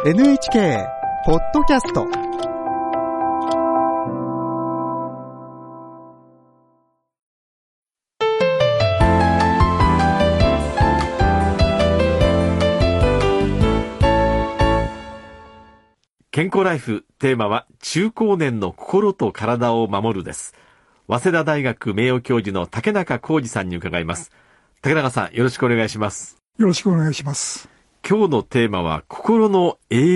NHK ポッドキャスト。 健康ライフ、テーマは中高年の心と体を守るです。早稲田大学名誉教授の竹中浩二さんに伺います。竹中さん、よろしくお願いします。 よろしくお願いします。 今日のテーマは心の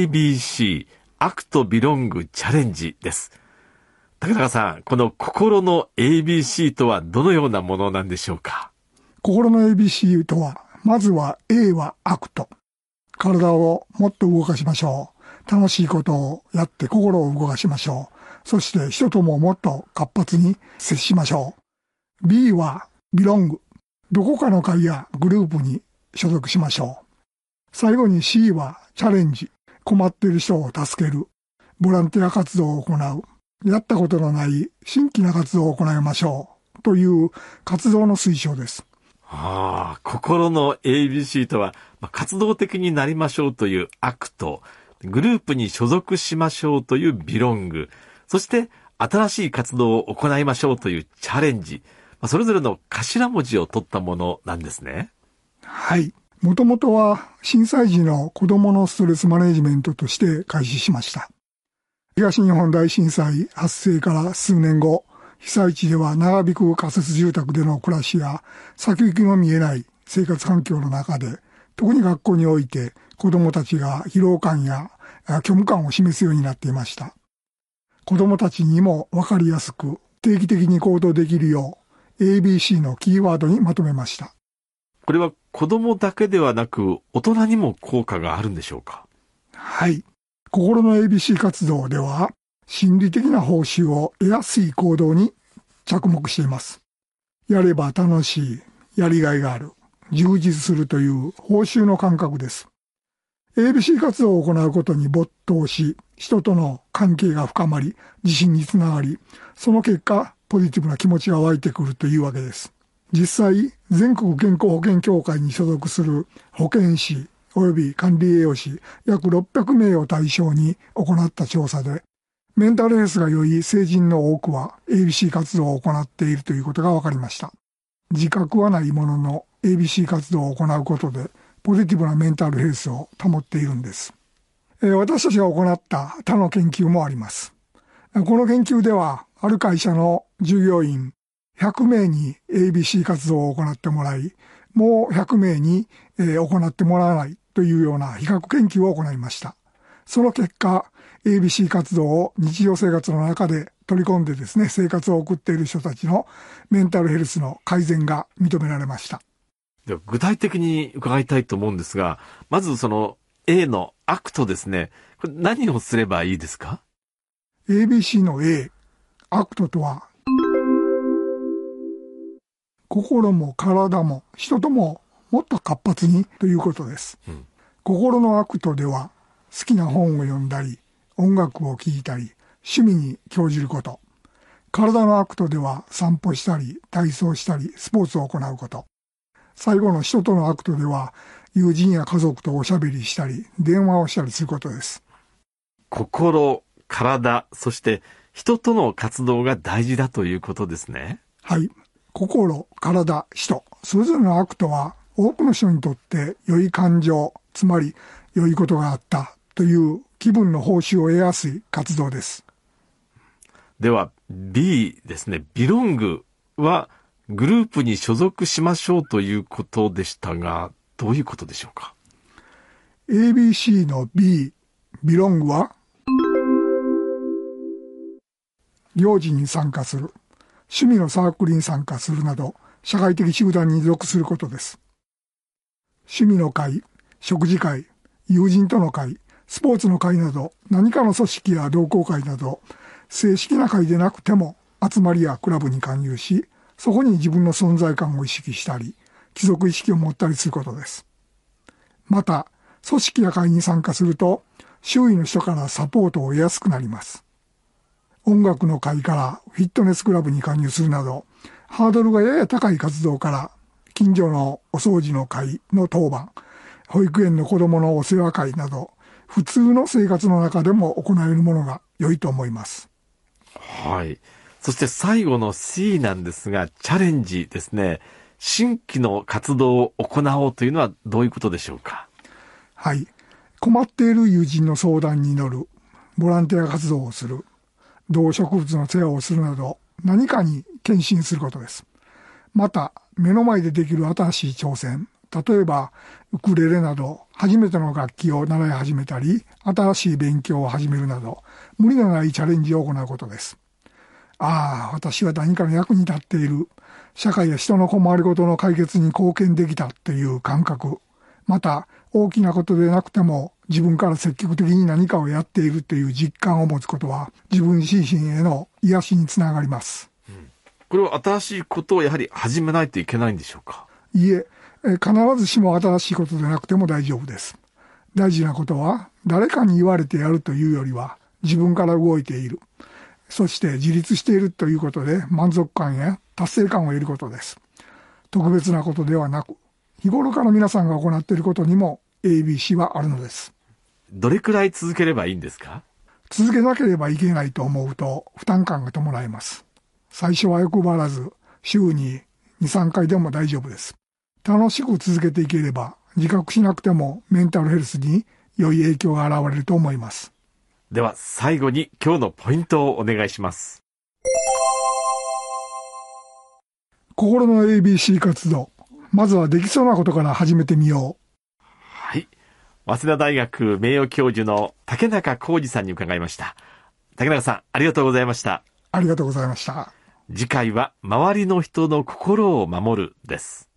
ABC アクトビロングチャレンジです。竹中さん、この心の ABC とはどのようなものなんでしょうか？ 心の ABC とは、まずは A はアクト。体をもっと動かしましょう。楽しいことをやって心を動かしましょう。そして人とももっと活発に接しましょう。B はビロング。どこかの会やグループに所属しましょう。最後に C はチャレンジ。困っている人を助ける。ボランティア活動を行う。やったことのない新規な活動を行いましょう。という活動の推奨です。 心の ABC とは、活動的になりましょうというアクト。グループに所属しましょうというビロング。そして新しい活動を行いましょうというチャレンジ。それぞれの頭文字を取ったものなんですね。 はい。もともとは震災時の子どものストレスマネジメントとして開始しました。東日本大震災発生から数年後、被災地では長引く仮設住宅での暮らしや先行きの見えない生活環境の中で、特に学校において子どもたちが疲労感や虚無感を示すようになっていました。子どもたちにも分かりやすく定期的に行動できるよう ABC のキーワードにまとめました。 これは子どもだけではなく大人にも効果があるんでしょうか？ はい。心の ABC 活動では心理的な報酬を得やすい行動に着目しています。やれば楽しい、やりがいがある、充実するという報酬の感覚です。ABC 活動を行うことに没頭し、人との関係が深まり、自信につながり、その結果、ポジティブな気持ちが湧いてくるというわけです。実際、全国健康保険協会に所属する保健師及び管理栄養士約600名を対象に行った調査で、メンタルヘルスが良い成人の多くは ABC 活動を行っているということが分かりました。自覚はないものの ABC 活動を行うことで、ポジティブなメンタルヘルスを保っているんです。私たちが行った他の研究もあります。この研究では、ある会社の従業員100名に ABC 活動を行ってもらい、もう100名に行ってもらわないというような比較研究を行いました。その結果、ABC 活動を日常生活の中で取り込んでですね、生活を送っている人たちのメンタルヘルスの改善が認められました。 では具体的に伺いたいと思うんですが、まずその A のアクトですね。これ何をすればいいですか？ ABC の A、アクトとは、心も体も人とももっと活発にということです。心のアクトでは、好きな本を読んだり、音楽を聴いたり、趣味に興じること。体のアクトでは、散歩したり、体操したり、スポーツを行うこと。最後の人とのアクトでは、友人や家族とおしゃべりしたり、電話をしたりすることです。 心、体、そして人との活動が大事だということですね。 はい。心、体、人、それぞれのアクトは、多くの人にとって良い感情、つまり良いことがあったという気分の報酬を得やすい活動です。 では B ですね。ビロングはグループに所属しましょうということでしたが、どういうことでしょうか？ ABC の B、ビロングは、行事に参加する、趣味のサークルに参加するなど、社会的集団に属することです。趣味の会、食事会、友人との会、スポーツの会など、何かの組織や同好会など、正式な会でなくても集まりやクラブに加入し、そこに自分の存在感を意識したり、帰属意識を持ったりすることです。また、組織や会に参加すると、周囲の人からサポートを得やすくなります。音楽の会からフィットネスクラブに加入するなど、ハードルがやや高い活動から、近所のお掃除の会の当番、保育園の子どものお世話会など、 普通の生活の中でも行えるものが良いと思います。 はい。そして最後の C なんですが、チャレンジですね。新規の活動を行おうというのはどういうことでしょうか？ はい。困っている友人の相談に乗る、ボランティア活動をする、動植物の世話をするなど、何かに献身することです。また、目の前でできる新しい挑戦、例えばウクレレなど初めての楽器を習い始めたり、新しい勉強を始めるなど、無理のないチャレンジを行うことです。ああ、私は何かの役に立っている。社会や人の困りごとの解決に貢献できたという感覚。また、大きなことでなくても自分から積極的に何かをやっているという実感を持つことは、自分自身への癒しにつながります。 これは新しいことをやはり始めないといけないんでしょうか？ いえ、必ずしも新しいことでなくても大丈夫です。大事なことは、誰かに言われてやるというよりは、自分から動いている。そして自立しているということで満足感や達成感を得ることです。特別なことではなく、日頃から皆さんが行っていることにも ABC はあるのです。 どれくらい続ければいいんですか？ 続けなければいけないと思うと負担感が伴います。最初は欲張らず、週に2、3回でも大丈夫です。楽しく続けていければ、自覚しなくてもメンタルヘルスに良い影響が現れると思います。 では最後に今日のポイントをお願いします。 心の ABC 活動。まずはできそうなことから始めてみよう。 はい。早稲田大学名誉教授の竹中浩二さんに伺いました。竹中さん、ありがとうございました。 ありがとうございました。 次回は周りの人の心を守るです。